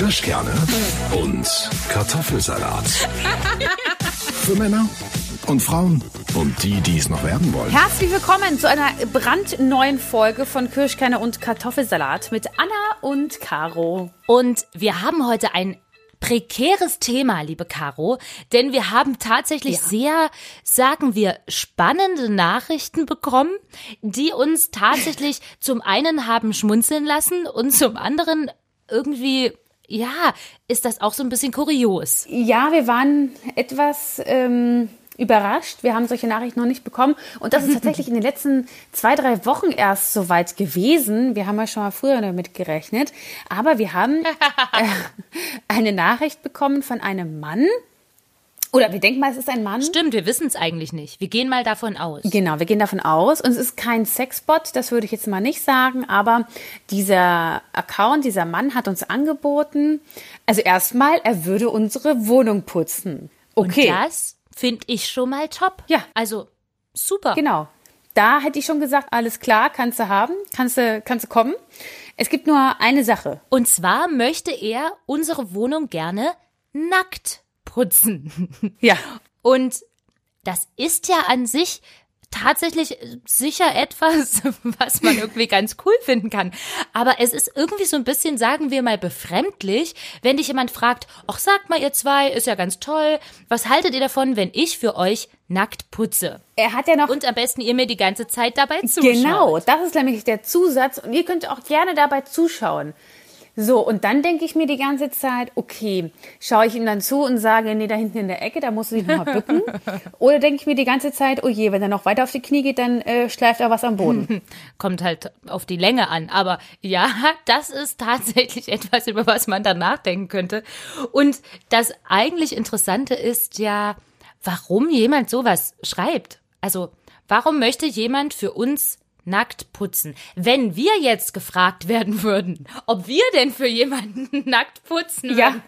Kirschkerne und Kartoffelsalat. Für Männer und Frauen und die es noch werden wollen. Herzlich willkommen zu einer brandneuen Folge von Kirschkerne und Kartoffelsalat mit Anna und Caro. Und wir haben heute ein prekäres Thema, liebe Caro, denn wir haben tatsächlich sehr, sagen wir, spannende Nachrichten bekommen, die uns tatsächlich zum einen haben schmunzeln lassen und zum anderen irgendwie, ist das auch so ein bisschen kurios. Ja, wir waren etwas überrascht. Wir haben solche Nachrichten noch nicht bekommen. Und das ist tatsächlich in den letzten 2-3 Wochen erst soweit gewesen. Wir haben ja schon mal früher damit gerechnet. Aber wir haben eine Nachricht bekommen von einem Mann. Oder wir denken mal, es ist ein Mann. Stimmt, wir wissen es eigentlich nicht. Wir gehen mal davon aus. Genau, wir gehen davon aus. Und es ist kein Sexbot, das würde ich jetzt mal nicht sagen. Aber dieser Account, dieser Mann hat uns angeboten, also erstmal, er würde unsere Wohnung putzen. Okay. Und das finde ich schon mal top. Ja. Also, super. Genau. Da hätte ich schon gesagt, alles klar, kannst du haben, kannst du kommen. Es gibt nur eine Sache. Und zwar möchte er unsere Wohnung gerne nackt putzen. Ja. Und das ist ja an sich tatsächlich sicher etwas, was man irgendwie ganz cool finden kann. Aber es ist irgendwie so ein bisschen, sagen wir mal, befremdlich, wenn dich jemand fragt, ach, sagt mal ihr zwei, ist ja ganz toll, was haltet ihr davon, wenn ich für euch nackt putze? Er hat ja noch... Und am besten ihr mir die ganze Zeit dabei zuschaut. Genau, das ist nämlich der Zusatz. Und ihr könnt auch gerne dabei zuschauen. So, und dann denke ich mir die ganze Zeit, okay, schaue ich ihm dann zu und sage, nee, da hinten in der Ecke, da musst du dich nochmal bücken. Oder denke ich mir die ganze Zeit, oh je, wenn er noch weiter auf die Knie geht, dann schleift er was am Boden. Kommt halt auf die Länge an. Aber ja, das ist tatsächlich etwas, über was man dann nachdenken könnte. Und das eigentlich Interessante ist ja, warum jemand sowas schreibt. Also, warum möchte jemand für uns nackt putzen? Wenn wir jetzt gefragt werden würden, ob wir denn für jemanden nackt putzen würden. Ja.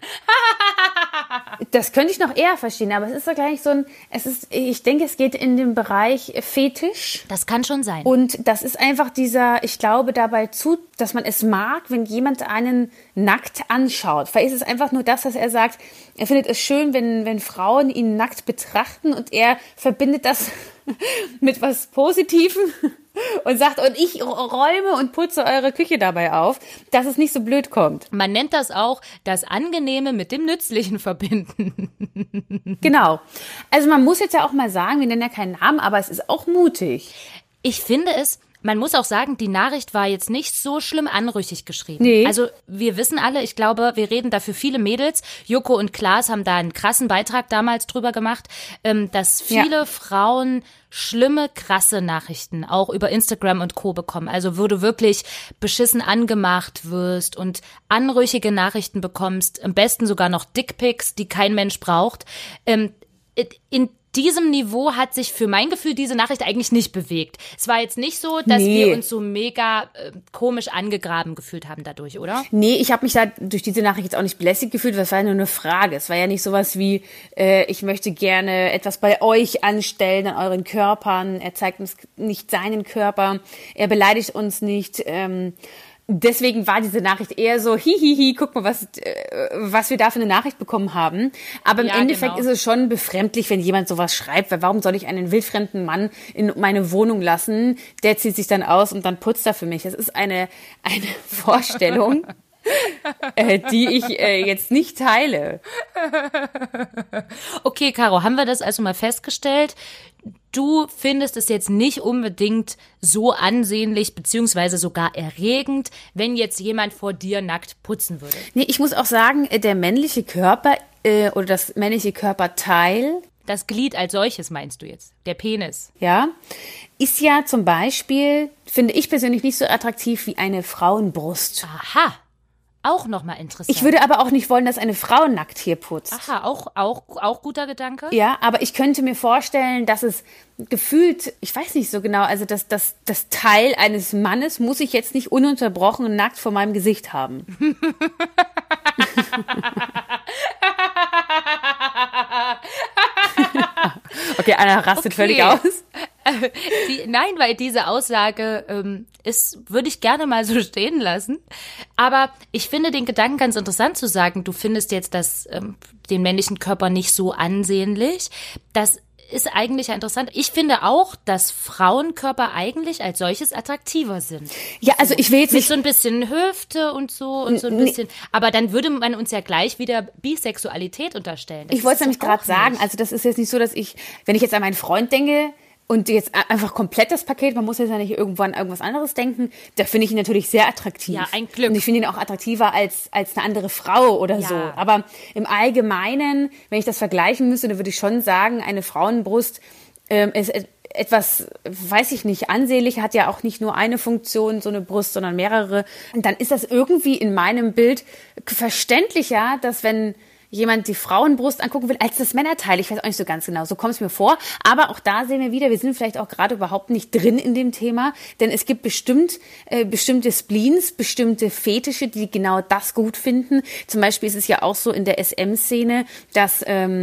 Das könnte ich noch eher verstehen, aber es ist doch gleich so ein, ich denke, es geht in den Bereich Fetisch. Das kann schon sein. Und das ist einfach ich glaube dabei dass man es mag, wenn jemand einen nackt anschaut. Vielleicht ist es einfach nur das, dass er sagt, er findet es schön, wenn Frauen ihn nackt betrachten und er verbindet das mit was Positivem und sagt, und ich räume und putze eure Küche dabei auf, dass es nicht so blöd kommt. Man nennt das auch das Angenehme mit dem Nützlichen verbinden. Genau. Also man muss jetzt ja auch mal sagen, wir nennen ja keinen Namen, aber es ist auch mutig. Ich finde man muss auch sagen, die Nachricht war jetzt nicht so schlimm anrüchig geschrieben. Nee. Also wir wissen alle, ich glaube, wir reden da für viele Mädels. Joko und Klaas haben da einen krassen Beitrag damals drüber gemacht, dass viele Frauen schlimme, krasse Nachrichten auch über Instagram und Co. bekommen. Also wo du wirklich beschissen angemacht wirst und anrüchige Nachrichten bekommst, am besten sogar noch Dickpics, die kein Mensch braucht. In diesem Niveau hat sich für mein Gefühl diese Nachricht eigentlich nicht bewegt. Es war jetzt nicht so, dass wir uns so mega komisch angegraben gefühlt haben dadurch, oder? Nee, ich habe mich da durch diese Nachricht jetzt auch nicht belästigt gefühlt, das war ja nur eine Frage. Es war ja nicht sowas wie, ich möchte gerne etwas bei euch anstellen an euren Körpern. Er zeigt uns nicht seinen Körper, er beleidigt uns nicht. Deswegen war diese Nachricht eher so, hihihi, guck mal, was wir da für eine Nachricht bekommen haben. Aber im Endeffekt ist es schon befremdlich, wenn jemand sowas schreibt, weil warum soll ich einen wildfremden Mann in meine Wohnung lassen? Der zieht sich dann aus und dann putzt er für mich. Das ist eine Vorstellung, die ich jetzt nicht teile. Okay, Caro, haben wir das also mal festgestellt? Du findest es jetzt nicht unbedingt so ansehnlich beziehungsweise sogar erregend, wenn jetzt jemand vor dir nackt putzen würde. Nee, ich muss auch sagen, der männliche Körper oder das männliche Körperteil, das Glied als solches meinst du jetzt, der Penis. Ja, ist ja zum Beispiel, finde ich persönlich nicht so attraktiv wie eine Frauenbrust. Aha. Auch nochmal interessant. Ich würde aber auch nicht wollen, dass eine Frau nackt hier putzt. Aha, auch guter Gedanke. Ja, aber ich könnte mir vorstellen, dass es gefühlt, ich weiß nicht so genau, also das Teil eines Mannes muss ich jetzt nicht ununterbrochen nackt vor meinem Gesicht haben. Okay, Anna rastet völlig aus. Nein, weil diese Aussage würde ich gerne mal so stehen lassen. Aber ich finde den Gedanken ganz interessant zu sagen, du findest jetzt den männlichen Körper nicht so ansehnlich. Das ist eigentlich ja interessant. Ich finde auch, dass Frauenkörper eigentlich als solches attraktiver sind. Ja, also ich will jetzt nicht nicht... Mit so ein bisschen Hüfte und so ein bisschen. Aber dann würde man uns ja gleich wieder Bisexualität unterstellen. Ich wollte es nämlich gerade sagen, also das ist jetzt nicht so, dass wenn ich jetzt an meinen Freund denke und jetzt einfach komplett das Paket, man muss jetzt ja nicht irgendwann irgendwas anderes denken, da finde ich ihn natürlich sehr attraktiv. Ja, ein Glück. Und ich finde ihn auch attraktiver als eine andere Frau oder so. Aber im Allgemeinen, wenn ich das vergleichen müsste, dann würde ich schon sagen, eine Frauenbrust ist etwas, weiß ich nicht, ansehnlich, hat ja auch nicht nur eine Funktion, so eine Brust, sondern mehrere. Und dann ist das irgendwie in meinem Bild verständlicher, dass wenn jemand die Frauenbrust angucken will, als das Männerteil. Ich weiß auch nicht so ganz genau, so kommt es mir vor. Aber auch da sehen wir wieder, wir sind vielleicht auch gerade überhaupt nicht drin in dem Thema, denn es gibt bestimmte Spleens, bestimmte Fetische, die genau das gut finden. Zum Beispiel ist es ja auch so in der SM-Szene, dass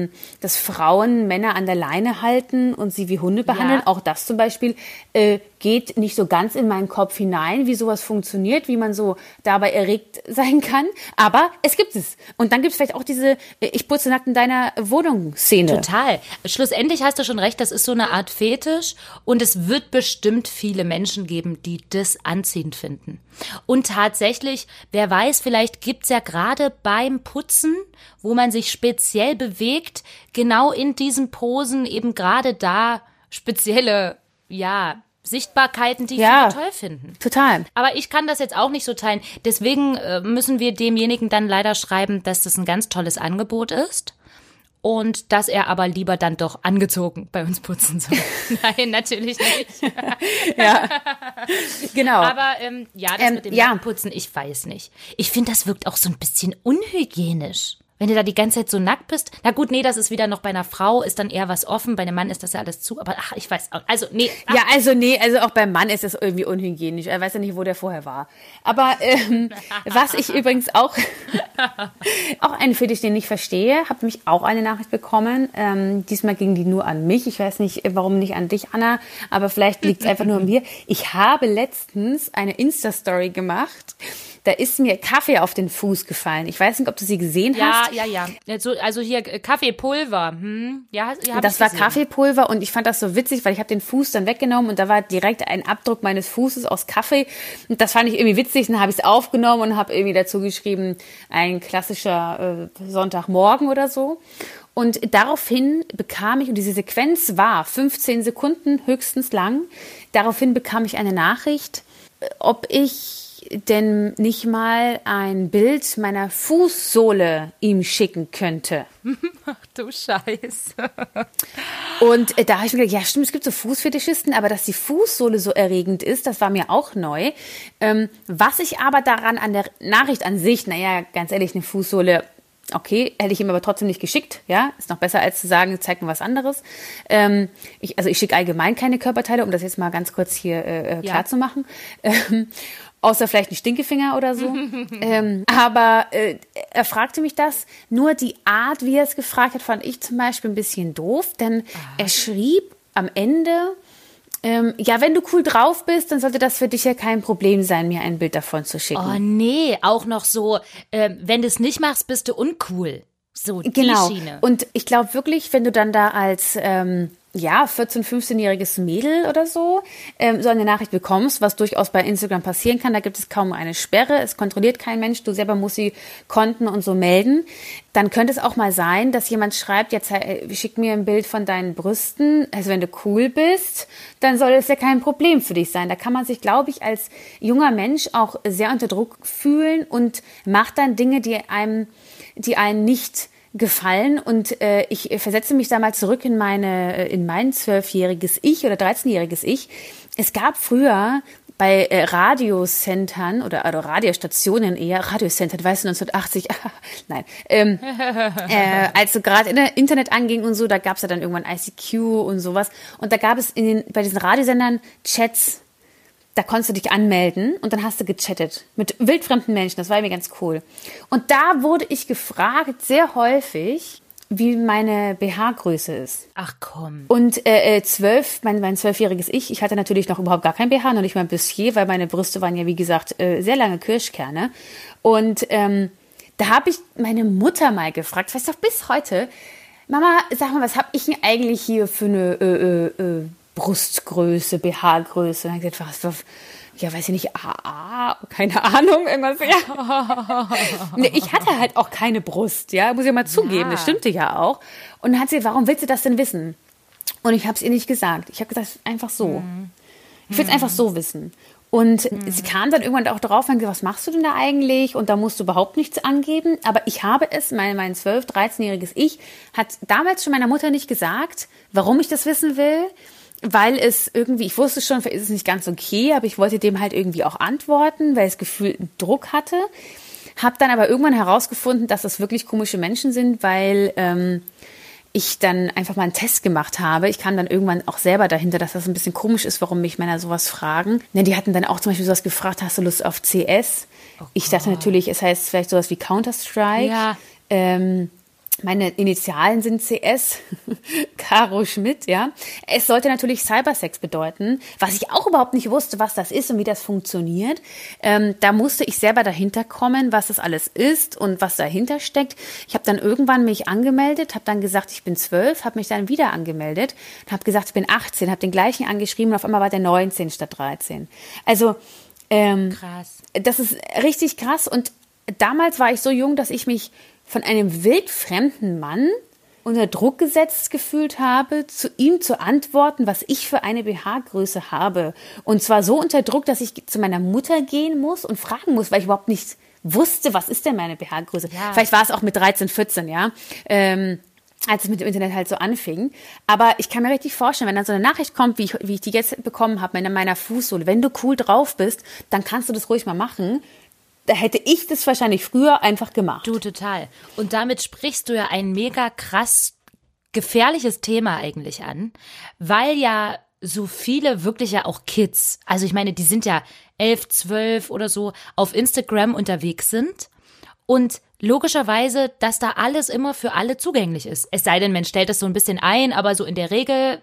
Frauen Männer an der Leine halten und sie wie Hunde behandeln. Ja. Auch das zum Beispiel geht nicht so ganz in meinen Kopf hinein, wie sowas funktioniert, wie man so dabei erregt sein kann. Aber es gibt es. Und dann gibt es vielleicht auch diese ich putze nackt in deiner Wohnung-Szene. Total. Schlussendlich hast du schon recht, das ist so eine Art Fetisch und es wird bestimmt viele Menschen geben, die das anziehend finden. Und tatsächlich, wer weiß, vielleicht gibt's ja gerade beim Putzen, wo man sich speziell bewegt, genau in diesen Posen eben gerade da spezielle, Sichtbarkeiten, die viele toll finden. Total. Aber ich kann das jetzt auch nicht so teilen. Deswegen müssen wir demjenigen dann leider schreiben, dass das ein ganz tolles Angebot ist und dass er aber lieber dann doch angezogen bei uns putzen soll. Nein, natürlich nicht. Ja, genau. Aber das mit dem Putzen, ich weiß nicht. Ich finde, das wirkt auch so ein bisschen unhygienisch. Wenn du da die ganze Zeit so nackt bist, na gut, nee, das ist wieder noch bei einer Frau, ist dann eher was offen, bei einem Mann ist das ja alles zu, aber ich weiß auch, also nee. Ja, also auch beim Mann ist das irgendwie unhygienisch, er weiß ja nicht, wo der vorher war. Aber was ich übrigens auch einen Fetisch, den ich verstehe, habe nämlich auch eine Nachricht bekommen, diesmal ging die nur an mich, ich weiß nicht, warum nicht an dich, Anna, aber vielleicht liegt es einfach nur an mir. Ich habe letztens eine Insta-Story gemacht, da ist mir Kaffee auf den Fuß gefallen. Ich weiß nicht, ob du sie gesehen hast. Ja. Also hier Kaffeepulver. Ja, das war Kaffeepulver und ich fand das so witzig, weil ich habe den Fuß dann weggenommen und da war direkt ein Abdruck meines Fußes aus Kaffee. Und das fand ich irgendwie witzig. Dann habe ich es aufgenommen und habe irgendwie dazu geschrieben, ein klassischer Sonntagmorgen oder so. Und daraufhin bekam ich, und diese Sequenz war 15 Sekunden höchstens lang, daraufhin bekam ich eine Nachricht, ob ich denn nicht mal ein Bild meiner Fußsohle ihm schicken könnte. Ach du Scheiße. Und da habe ich mir gedacht, ja stimmt, es gibt so Fußfetischisten, aber dass die Fußsohle so erregend ist, das war mir auch neu. Was ich aber daran an der Nachricht an sich, naja, ganz ehrlich, eine Fußsohle, okay, hätte ich ihm aber trotzdem nicht geschickt, ja, ist noch besser als zu sagen, zeig mir was anderes. Ich schicke allgemein keine Körperteile, um das jetzt mal ganz kurz hier klar zu machen. Außer vielleicht ein Stinkefinger oder so. Aber er fragte mich das. Nur die Art, wie er es gefragt hat, fand ich zum Beispiel ein bisschen doof. Denn er schrieb am Ende, wenn du cool drauf bist, dann sollte das für dich ja kein Problem sein, mir ein Bild davon zu schicken. Oh nee, auch noch so, wenn du es nicht machst, bist du uncool. So, die Schiene. Und ich glaube wirklich, wenn du dann da als 14-, 15-jähriges Mädel oder so eine Nachricht bekommst, was durchaus bei Instagram passieren kann, da gibt es kaum eine Sperre, es kontrolliert kein Mensch, du selber musst die Konten und so melden, dann könnte es auch mal sein, dass jemand schreibt, jetzt schick mir ein Bild von deinen Brüsten, also wenn du cool bist, dann soll es ja kein Problem für dich sein. Da kann man sich, glaube ich, als junger Mensch auch sehr unter Druck fühlen und macht dann Dinge, die einem nicht gefallen. Und ich versetze mich da mal zurück in mein 12-jähriges Ich oder 13-jähriges Ich. Es gab früher bei Radiocentern oder Radiostationen eher, Radiocenter, weißt du, 1980, nein, als so gerade Internet anging und so, da gab es ja dann irgendwann ICQ und sowas. Und da gab es bei diesen Radiosendern Chats. Da konntest du dich anmelden und dann hast du gechattet mit wildfremden Menschen. Das war irgendwie ganz cool. Und da wurde ich gefragt, sehr häufig, wie meine BH-Größe ist. Ach komm. Und 12, mein 12-jähriges Ich hatte natürlich noch überhaupt gar kein BH, noch nicht mal ein Bustier, weil meine Brüste waren ja, wie gesagt, sehr lange Kirschkerne. Und da habe ich meine Mutter mal gefragt, weiß doch bis heute, Mama, sag mal, was habe ich denn eigentlich hier für eine Brustgröße, BH-Größe? Und dann habe ich gesagt, was, ja, weiß ich nicht, AA, keine Ahnung, irgendwas. Ja. Nee, ich hatte halt auch keine Brust, ja, muss ich mal zugeben, das stimmte ja auch. Und dann hat sie, warum willst du das denn wissen? Und ich habe es ihr nicht gesagt. Ich habe gesagt, einfach so. Ich will es einfach so wissen. Und sie kam dann irgendwann auch drauf und gesagt, was machst du denn da eigentlich? Und da musst du überhaupt nichts angeben. Aber ich habe es, mein 12-, 13-jähriges Ich hat damals schon meiner Mutter nicht gesagt, warum ich das wissen will. Weil es irgendwie, ich wusste schon, ist es nicht ganz okay, aber ich wollte dem halt irgendwie auch antworten, weil es gefühlt einen Druck hatte. Hab dann aber irgendwann herausgefunden, dass das wirklich komische Menschen sind, weil ich dann einfach mal einen Test gemacht habe. Ich kam dann irgendwann auch selber dahinter, dass das ein bisschen komisch ist, warum mich Männer sowas fragen. Ne, die hatten dann auch zum Beispiel sowas gefragt, hast du Lust auf CS? Ich dachte natürlich, es heißt vielleicht sowas wie Counter-Strike. Ja. Meine Initialen sind CS, Caro Schmidt, ja. Es sollte natürlich Cybersex bedeuten, was ich auch überhaupt nicht wusste, was das ist und wie das funktioniert. Da musste ich selber dahinter kommen, was das alles ist und was dahinter steckt. Ich habe dann irgendwann mich angemeldet, habe dann gesagt, ich bin 12, habe mich dann wieder angemeldet und habe gesagt, ich bin 18, habe den gleichen angeschrieben und auf einmal war der 19 statt 13. Also krass. Das ist richtig krass und damals war ich so jung, dass ich mich von einem wildfremden Mann unter Druck gesetzt gefühlt habe, zu ihm zu antworten, was ich für eine BH-Größe habe. Und zwar so unter Druck, dass ich zu meiner Mutter gehen muss und fragen muss, weil ich überhaupt nicht wusste, was ist denn meine BH-Größe. Ja. Vielleicht war es auch mit 13, 14, ja. Als es mit dem Internet halt so anfing. Aber ich kann mir richtig vorstellen, wenn dann so eine Nachricht kommt, wie ich die jetzt bekommen habe, in meiner Fußsohle, wenn du cool drauf bist, dann kannst du das ruhig mal machen. Da hätte ich das wahrscheinlich früher einfach gemacht. Du, total. Und damit sprichst du ja ein mega krass gefährliches Thema eigentlich an, weil ja so viele wirklich ja auch Kids, also ich meine, die sind ja 11, 12 oder so, auf Instagram unterwegs sind und logischerweise, dass da alles immer für alle zugänglich ist. Es sei denn, man stellt das so ein bisschen ein, aber so in der Regel,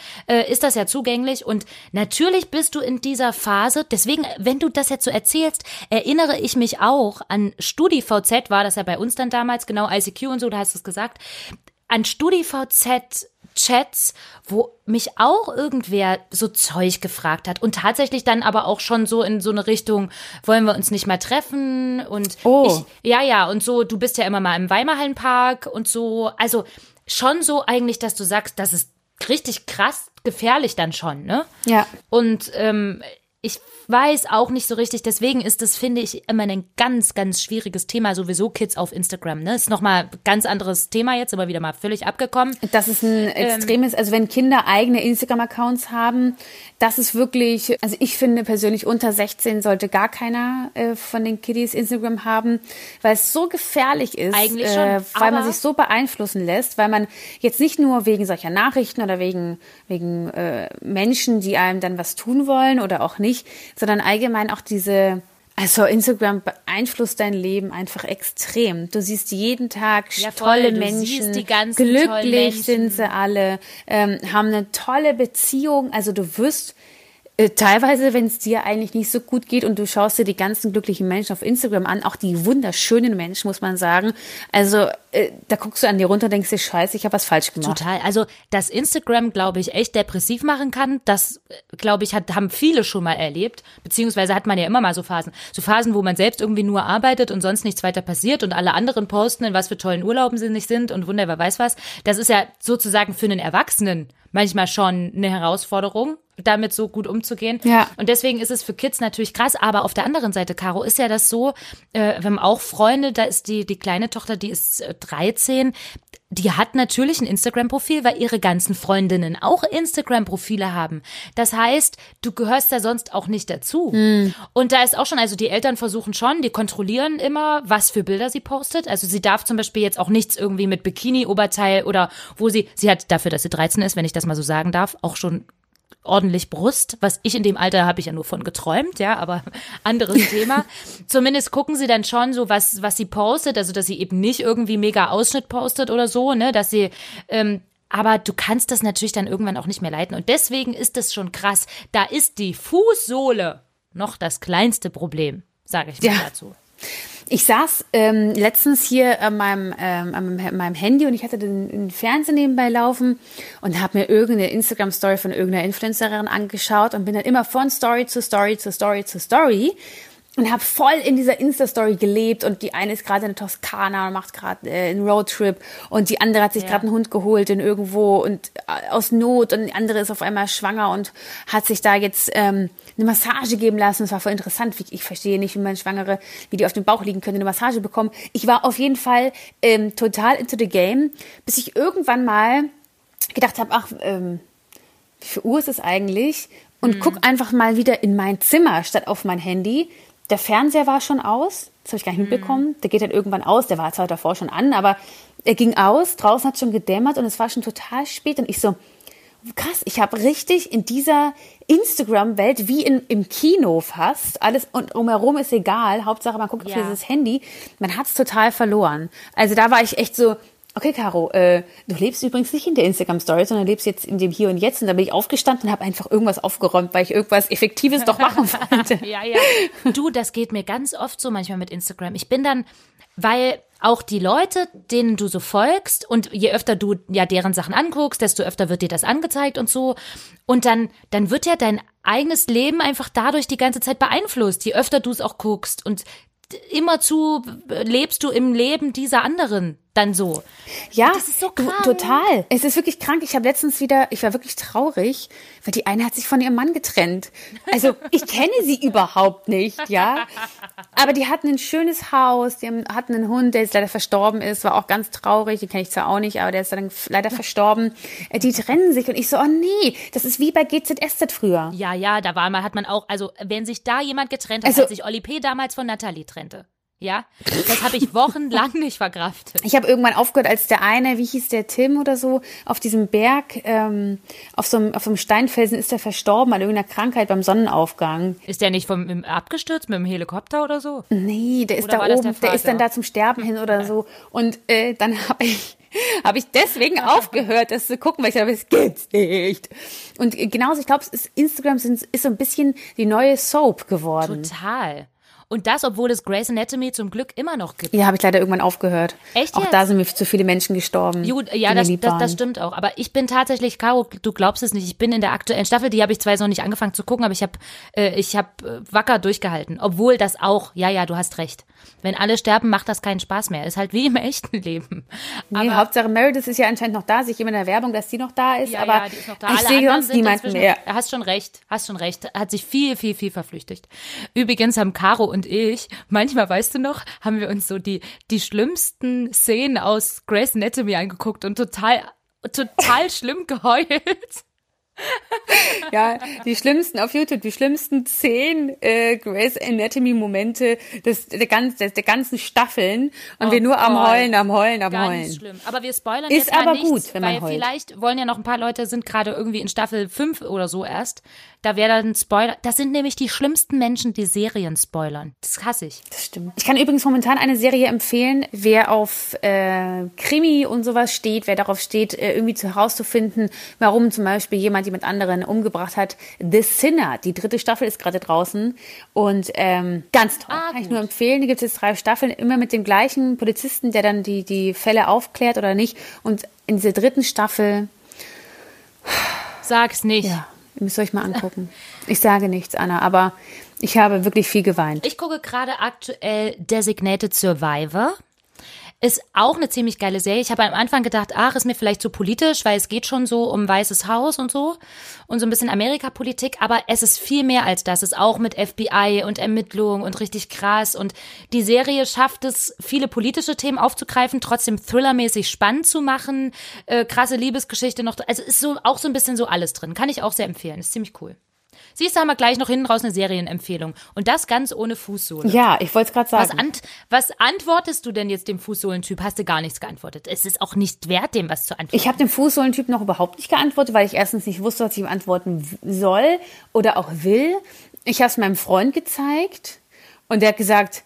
ist das ja zugänglich. Und natürlich bist du in dieser Phase, deswegen, wenn du das jetzt so erzählst, erinnere ich mich auch an StudiVZ, war das ja bei uns dann damals, genau, ICQ und so, da hast du es gesagt, an StudiVZ Chats, wo mich auch irgendwer so Zeug gefragt hat und tatsächlich dann aber auch schon so in so eine Richtung, wollen wir uns nicht mal treffen und und so, du bist ja immer mal im Weimarhallenpark und so, also schon so eigentlich, dass du sagst, das ist richtig krass gefährlich dann schon, ne? Ja. Und ich weiß auch nicht so richtig, deswegen ist das, finde ich, immer ein ganz, ganz schwieriges Thema, sowieso Kids auf Instagram, ne? Ist nochmal ein ganz anderes Thema jetzt, aber wieder mal völlig abgekommen. Das ist ein extremes, also wenn Kinder eigene Instagram-Accounts haben, das ist wirklich, also ich finde persönlich, unter 16 sollte gar keiner von den Kiddies Instagram haben, weil es so gefährlich ist, eigentlich schon, weil man sich so beeinflussen lässt, weil man jetzt nicht nur wegen solcher Nachrichten oder wegen Menschen, die einem dann was tun wollen oder auch nicht, sondern allgemein auch also Instagram beeinflusst dein Leben einfach extrem. Du siehst jeden Tag tolle Menschen, glücklich sind sie alle, haben eine tolle Beziehung. Also du wirst teilweise, wenn es dir eigentlich nicht so gut geht und du schaust dir die ganzen glücklichen Menschen auf Instagram an, auch die wunderschönen Menschen, muss man sagen. Also da guckst du an dir runter und denkst dir, scheiße, ich habe was falsch gemacht. Total. Also, dass Instagram, glaube ich, echt depressiv machen kann, das, glaube ich, haben viele schon mal erlebt. Beziehungsweise hat man ja immer mal so Phasen. So Phasen, wo man selbst irgendwie nur arbeitet und sonst nichts weiter passiert und alle anderen posten, in was für tollen Urlauben sie nicht sind und wunderbar weiß was. Das ist ja sozusagen für einen Erwachsenen manchmal schon eine Herausforderung, damit so gut umzugehen. Ja. Und deswegen ist es für Kids natürlich krass. Aber auf der anderen Seite, Caro, ist ja das so, wir haben auch Freunde, da ist die kleine Tochter, die ist 13, die hat natürlich ein Instagram-Profil, weil ihre ganzen Freundinnen auch Instagram-Profile haben. Das heißt, du gehörst da sonst auch nicht dazu. Und da ist auch schon, also die Eltern versuchen schon, die kontrollieren immer, was für Bilder sie postet. Also sie darf zum Beispiel jetzt auch nichts irgendwie mit Bikini-Oberteil oder wo sie hat dafür, dass sie 13 ist, wenn ich das mal so sagen darf, auch schon ordentlich Brust, was ich in dem Alter habe ich ja nur von geträumt, ja, aber anderes Thema. Zumindest gucken sie dann schon so, was sie postet, also dass sie eben nicht irgendwie mega Ausschnitt postet oder so, ne, dass sie, aber du kannst das natürlich dann irgendwann auch nicht mehr leiten und deswegen ist das schon krass. Da ist die Fußsohle noch das kleinste Problem, sage ich mal dazu. Ich saß letztens hier an meinem Handy und ich hatte den Fernseher nebenbei laufen und habe mir irgendeine Instagram-Story von irgendeiner Influencerin angeschaut und bin dann immer von Story zu Story zu Story zu Story und habe voll in dieser Insta-Story gelebt und die eine ist gerade in der Toskana und macht gerade einen Roadtrip und die andere hat sich gerade einen Hund geholt in irgendwo und aus Not und die andere ist auf einmal schwanger und hat sich da jetzt eine Massage geben lassen. Das war voll interessant. Ich verstehe nicht, wie man Schwangere, wie die auf dem Bauch liegen können, eine Massage bekommen. Ich war auf jeden Fall total into the game, bis ich irgendwann mal gedacht habe, ach, wie viel Uhr ist es eigentlich? Und guck einfach mal wieder in mein Zimmer statt auf mein Handy. Der Fernseher war schon aus, das habe ich gar nicht mitbekommen. Der geht dann irgendwann aus, der war zwar davor schon an, aber er ging aus, draußen hat schon gedämmert und es war schon total spät. Und ich so, krass, ich habe richtig in dieser Instagram-Welt, wie im Kino fast, alles und drumherum ist egal, Hauptsache man guckt auf dieses Handy, man hat es total verloren. Also da war ich echt so, okay, Caro, du lebst übrigens nicht in der Instagram-Story, sondern lebst jetzt in dem Hier und Jetzt. Und da bin ich aufgestanden und habe einfach irgendwas aufgeräumt, weil ich irgendwas Effektives doch machen wollte. Ja. Du, das geht mir ganz oft so manchmal mit Instagram. Ich bin dann, weil auch die Leute, denen du so folgst und je öfter du ja deren Sachen anguckst, desto öfter wird dir das angezeigt und so. Und dann wird ja dein eigenes Leben einfach dadurch die ganze Zeit beeinflusst, je öfter du es auch guckst. Und immerzu lebst du im Leben dieser anderen dann so. Ja, das ist so krank. Total. Es ist wirklich krank. Ich war wirklich traurig, weil die eine hat sich von ihrem Mann getrennt. Also ich kenne sie überhaupt nicht, ja. Aber die hatten ein schönes Haus, die hatten einen Hund, der jetzt leider verstorben ist, war auch ganz traurig, den kenne ich zwar auch nicht, aber der ist dann leider verstorben. Die trennen sich und ich so, oh nee, das ist wie bei GZSZ früher. Ja, hat man auch, also wenn sich da jemand getrennt hat, als sich Oli P. damals von Nathalie trennte. Ja, das habe ich wochenlang nicht verkraftet. Ich habe irgendwann aufgehört, als der eine, wie hieß der, Tim oder so, auf diesem Berg, auf so einem Steinfelsen ist der verstorben an irgendeiner Krankheit beim Sonnenaufgang. Ist der nicht abgestürzt mit dem Helikopter oder so? Nee, der ist da oben, der ist dann da zum Sterben hin oder so. Und dann habe ich deswegen aufgehört, das zu gucken, weil ich dachte, das gibt's nicht. Und genauso, ich glaube, Instagram ist so ein bisschen die neue Soap geworden. Total. Und das, obwohl es Grey's Anatomy zum Glück immer noch gibt. Ja, habe ich leider irgendwann aufgehört. Echt jetzt? Auch da sind mir zu viele Menschen gestorben. Ja, das stimmt auch. Aber ich bin tatsächlich, Caro, du glaubst es nicht, ich bin in der aktuellen Staffel, die habe ich zwar jetzt noch nicht angefangen zu gucken, aber ich hab wacker durchgehalten. Obwohl das auch, ja, du hast recht. Wenn alle sterben, macht das keinen Spaß mehr. Ist halt wie im echten Leben. Nee, Hauptsache Meredith ist ja anscheinend noch da. Sehe ich immer in der Werbung, dass die noch da ist. Aber die ist noch da. Ich sehe sonst niemanden mehr. Hast schon recht. Hat sich viel, viel, viel verflüchtigt. Übrigens haben Caro und ich, manchmal, weißt du noch, haben wir uns so die schlimmsten Szenen aus Grey's Anatomy angeguckt und total schlimm geheult. Ja, die schlimmsten auf YouTube, die schlimmsten 10 Grey's Anatomy Momente der ganzen Staffeln und wir nur am Heulen. Ganz schlimm. Aber wir spoilern ist jetzt mal aber nichts, gut, wenn man weil heult. Vielleicht wollen ja noch ein paar Leute, sind gerade irgendwie in Staffel 5 oder so erst. Da wäre dann ein Spoiler. Das sind nämlich die schlimmsten Menschen, die Serien spoilern. Das hasse ich. Das stimmt. Ich kann übrigens momentan eine Serie empfehlen, wer auf Krimi und sowas steht, wer darauf steht, irgendwie herauszufinden, warum zum Beispiel jemand anderen umgebracht hat. The Sinner, die 3. Staffel ist gerade draußen und ganz toll, kann ich nur empfehlen. Da gibt es jetzt 3 Staffeln, immer mit dem gleichen Polizisten, der dann die Fälle aufklärt oder nicht. Und in dieser 3. Staffel... Sag's nicht. Ja, müsst ihr euch mal angucken. Ich sage nichts, Anna, aber ich habe wirklich viel geweint. Ich gucke gerade aktuell Designated Survivor. Ist auch eine ziemlich geile Serie. Ich habe am Anfang gedacht, ist mir vielleicht zu politisch, weil es geht schon so um Weißes Haus und so und so ein bisschen Amerikapolitik, aber es ist viel mehr als das. Es ist auch mit FBI und Ermittlungen und richtig krass und die Serie schafft es, viele politische Themen aufzugreifen, trotzdem thrillermäßig spannend zu machen, krasse Liebesgeschichte noch, also ist so auch so ein bisschen so alles drin. Kann ich auch sehr empfehlen, ist ziemlich cool. Siehst du, haben wir gleich noch hinten raus eine Serienempfehlung. Und das ganz ohne Fußsohle. Ja, ich wollte es gerade sagen. Was antwortest du denn jetzt dem Fußsohlentyp? Hast du gar nichts geantwortet. Es ist auch nicht wert, dem was zu antworten. Ich habe dem Fußsohlentyp noch überhaupt nicht geantwortet, weil ich erstens nicht wusste, was ich ihm antworten soll oder auch will. Ich habe es meinem Freund gezeigt und der hat gesagt,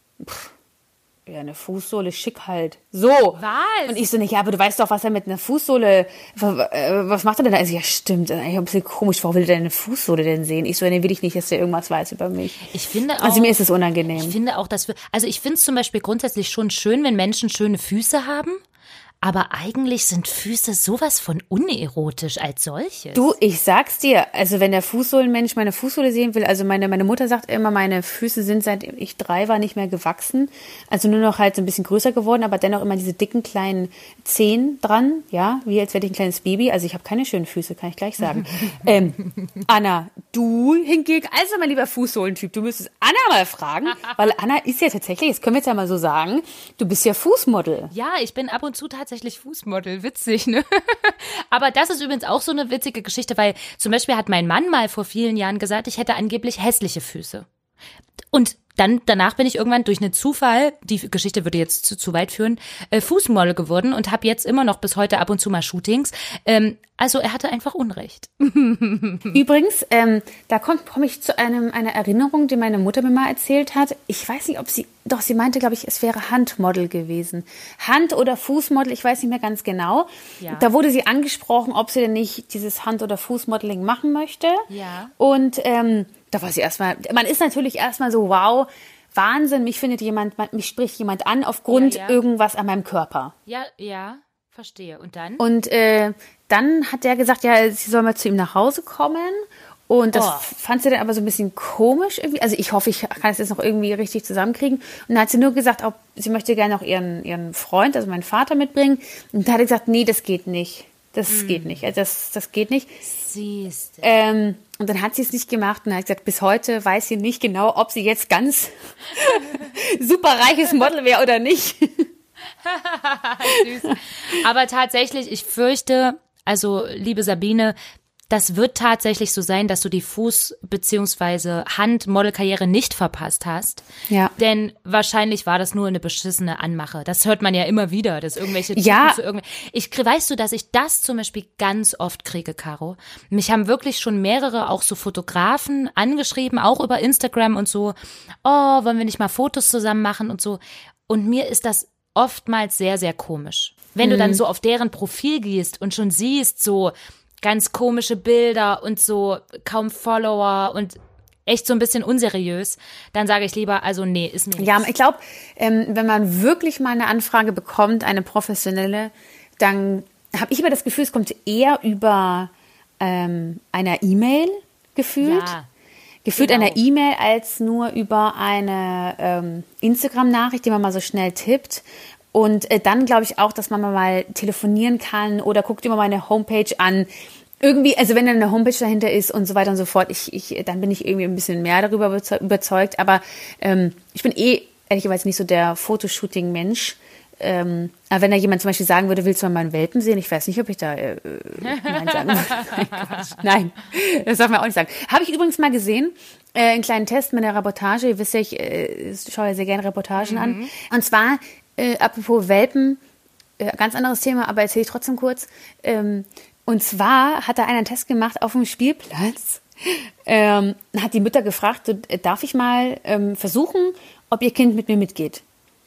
ja, eine Fußsohle schick halt. So. Was? Und ich so nicht, ja, aber du weißt doch, was er mit einer Fußsohle, was macht er denn da? Also, ja, stimmt, eigentlich ein bisschen komisch, warum will der denn eine Fußsohle denn sehen? Ich so, nee, will ich nicht, dass der irgendwas weiß über mich. Ich finde auch. Also mir ist es unangenehm. Ich finde auch, ich finde es zum Beispiel grundsätzlich schon schön, wenn Menschen schöne Füße haben. Aber eigentlich sind Füße sowas von unerotisch als solches. Du, ich sag's dir, also wenn der Fußsohlenmensch meine Fußsohle sehen will, also meine Mutter sagt immer, meine Füße sind, seit ich 3 war, nicht mehr gewachsen. Also nur noch halt so ein bisschen größer geworden, aber dennoch immer diese dicken kleinen Zehen dran, ja, wie als wäre ich ein kleines Baby. Also ich habe keine schönen Füße, kann ich gleich sagen. Anna, du hingegen, also mein lieber Fußsohlentyp, du müsstest Anna mal fragen, weil Anna ist ja tatsächlich, das können wir jetzt ja mal so sagen, du bist ja Fußmodel. Ja, ich bin ab und zu tatsächlich Fußmodel, witzig, ne? Aber das ist übrigens auch so eine witzige Geschichte, weil zum Beispiel hat mein Mann mal vor vielen Jahren gesagt, ich hätte angeblich hässliche Füße. Und danach bin ich irgendwann durch einen Zufall, die Geschichte würde jetzt zu weit führen, Fußmodel geworden und habe jetzt immer noch bis heute ab und zu mal Shootings. Also er hatte einfach Unrecht. Übrigens, da komme ich zu einer Erinnerung, die meine Mutter mir mal erzählt hat. Ich weiß nicht, sie meinte, glaube ich, es wäre Handmodel gewesen. Hand- oder Fußmodel, ich weiß nicht mehr ganz genau. Ja. Da wurde sie angesprochen, ob sie denn nicht dieses Hand- oder Fußmodeling machen möchte. Ja. Und da war sie man ist natürlich erstmal so, wow, Wahnsinn, mich spricht jemand an aufgrund irgendwas an meinem Körper. Ja, verstehe. Und dann? Und dann hat der gesagt, ja, sie soll mal zu ihm nach Hause kommen. Und das fand sie dann aber so ein bisschen komisch irgendwie. Also ich hoffe, ich kann es jetzt noch irgendwie richtig zusammenkriegen. Und dann hat sie nur gesagt, sie möchte gerne auch ihren Freund, also meinen Vater, mitbringen. Und da hat er gesagt, nee, das geht nicht. Das geht nicht. Also das geht nicht. Siehst du. Und dann hat sie es nicht gemacht und hat gesagt, bis heute weiß sie nicht genau, ob sie jetzt ganz super reiches Model wäre oder nicht. Süß. Aber tatsächlich, ich fürchte, also liebe Sabine, das wird tatsächlich so sein, dass du die Fuß- bzw. Hand-Model-Karriere nicht verpasst hast. Ja. Denn wahrscheinlich war das nur eine beschissene Anmache. Das hört man ja immer wieder, dass irgendwelche Ja. Weißt du, dass ich das zum Beispiel ganz oft kriege, Caro? Mich haben wirklich schon mehrere, auch so Fotografen angeschrieben, auch über Instagram und so. Oh, wollen wir nicht mal Fotos zusammen machen und so. Und mir ist das oftmals sehr, sehr komisch. Wenn du dann so auf deren Profil gehst und schon siehst, so ganz komische Bilder und so kaum Follower und echt so ein bisschen unseriös, dann sage ich lieber, also nee, ist mir nichts. Ja, ich glaube, wenn man wirklich mal eine Anfrage bekommt, eine professionelle, dann habe ich immer das Gefühl, es kommt eher über einer E-Mail gefühlt. Ja, Gefühlt genau. einer E-Mail als nur über eine Instagram-Nachricht, die man mal so schnell tippt. Und dann glaube ich auch, dass man mal telefonieren kann oder guckt immer meine Homepage an. Irgendwie, also wenn dann eine Homepage dahinter ist und so weiter und so fort, dann bin ich irgendwie ein bisschen mehr darüber überzeugt. Aber ich bin ehrlicherweise nicht so der Fotoshooting-Mensch. Aber wenn da jemand zum Beispiel sagen würde, willst du mal meinen Welpen sehen? Ich weiß nicht, ob ich da Nein sagen würde. Nein, das darf man auch nicht sagen. Habe ich übrigens mal gesehen, einen kleinen Test mit einer Reportage. Ihr wisst ja, ich schaue ja sehr gerne Reportagen an. Und zwar, apropos Welpen, ganz anderes Thema, aber erzähle ich trotzdem kurz. Und zwar hat da einer einen Test gemacht auf dem Spielplatz. Hat die Mütter gefragt, darf ich mal versuchen, ob ihr Kind mit mir mitgeht?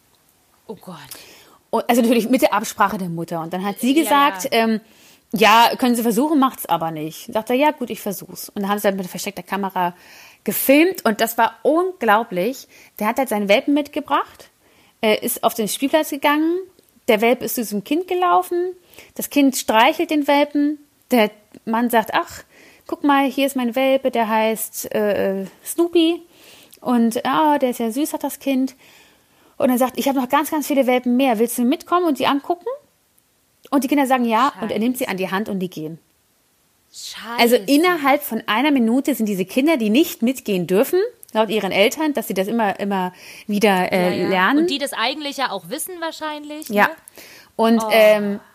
Oh Gott. Und, also natürlich mit der Absprache der Mutter. Und dann hat sie gesagt, ja, können Sie versuchen, macht's aber nicht. Sagt er, ja gut, ich versuch's. Und dann haben sie dann mit versteckter Kamera gefilmt und das war unglaublich. Der hat halt seinen Welpen mitgebracht, ist auf den Spielplatz gegangen, der Welpe ist zu diesem Kind gelaufen, das Kind streichelt den Welpen, der Mann sagt, ach, guck mal, hier ist mein Welpe, der heißt Snoopy und der ist ja süß, hat das Kind. Und er sagt, ich habe noch ganz, ganz viele Welpen mehr, willst du mitkommen und die angucken? Und die Kinder sagen ja, Scheiße. Und er nimmt sie an die Hand und die gehen. Scheiße. Also innerhalb von einer Minute sind diese Kinder, die nicht mitgehen dürfen, laut ihren Eltern, dass sie das immer wieder lernen. Und die das eigentlich ja auch wissen wahrscheinlich. Ja. Ne? Und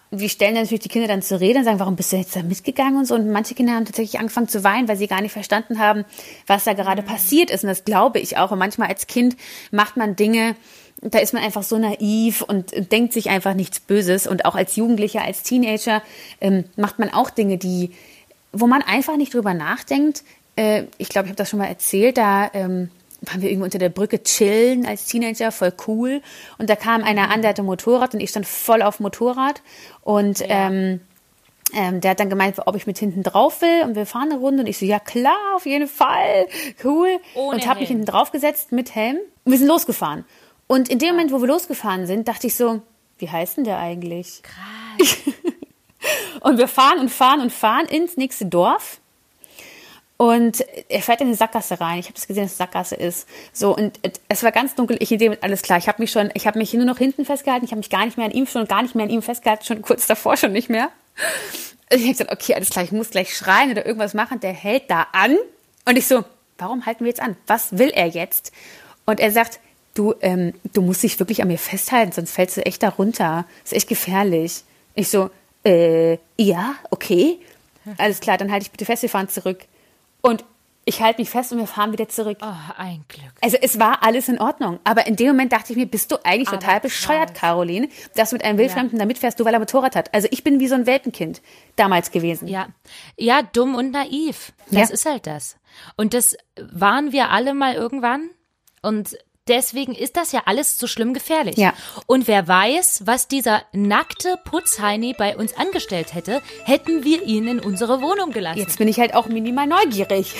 wir stellen natürlich die Kinder dann zur Rede und sagen, warum bist du jetzt da mitgegangen und so. Und manche Kinder haben tatsächlich angefangen zu weinen, weil sie gar nicht verstanden haben, was da gerade passiert ist. Und das glaube ich auch. Und manchmal als Kind macht man Dinge, da ist man einfach so naiv und denkt sich einfach nichts Böses. Und auch als Jugendlicher, als Teenager macht man auch Dinge, wo man einfach nicht drüber nachdenkt. Ich glaube, ich habe das schon mal erzählt, da waren wir irgendwo unter der Brücke chillen als Teenager, voll cool. Und da kam einer an, der hatte ein Motorrad und ich stand voll auf dem Motorrad. Und der hat dann gemeint, ob ich mit hinten drauf will. Und wir fahren eine Runde. Und ich so, ja klar, auf jeden Fall, cool. Und habe mich hinten drauf gesetzt mit Helm. Und wir sind losgefahren. Und in dem Moment, wo wir losgefahren sind, dachte ich so, wie heißt denn der eigentlich? Krass. Und wir fahren und fahren und fahren ins nächste Dorf. Und er fährt in eine Sackgasse rein. Ich habe das gesehen, dass es eine Sackgasse ist. So, und es war ganz dunkel. Ich in dem alles klar. Ich habe mich nur noch hinten festgehalten. Ich habe mich gar nicht mehr an ihm festgehalten. Schon kurz davor, schon nicht mehr. Und ich habe gesagt, okay, alles klar. Ich muss gleich schreien oder irgendwas machen. Der hält da an. Und ich so, warum halten wir jetzt an? Was will er jetzt? Und er sagt, du musst dich wirklich an mir festhalten, sonst fällst du echt da runter. Das ist echt gefährlich. Ich so, ja, okay. Alles klar, dann halte ich bitte fest, wir fahren zurück. Und ich halte mich fest und wir fahren wieder zurück. Oh, ein Glück. Also es war alles in Ordnung. Aber in dem Moment dachte ich mir, bist du eigentlich total bescheuert, Caroline, dass du mit einem Wildfremden da mitfährst, weil er Motorrad hat. Also ich bin wie so ein Welpenkind damals gewesen. Ja, dumm und naiv. Das ist halt das. Und das waren wir alle mal irgendwann. Und deswegen ist das ja alles so schlimm gefährlich. Ja. Und wer weiß, was dieser nackte Putzheini bei uns angestellt hätte, hätten wir ihn in unsere Wohnung gelassen. Jetzt bin ich halt auch minimal neugierig.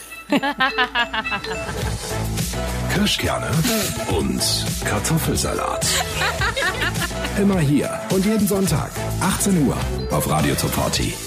Kirschkerne und Kartoffelsalat. Immer hier und jeden Sonntag, 18 Uhr auf Radio Top 40.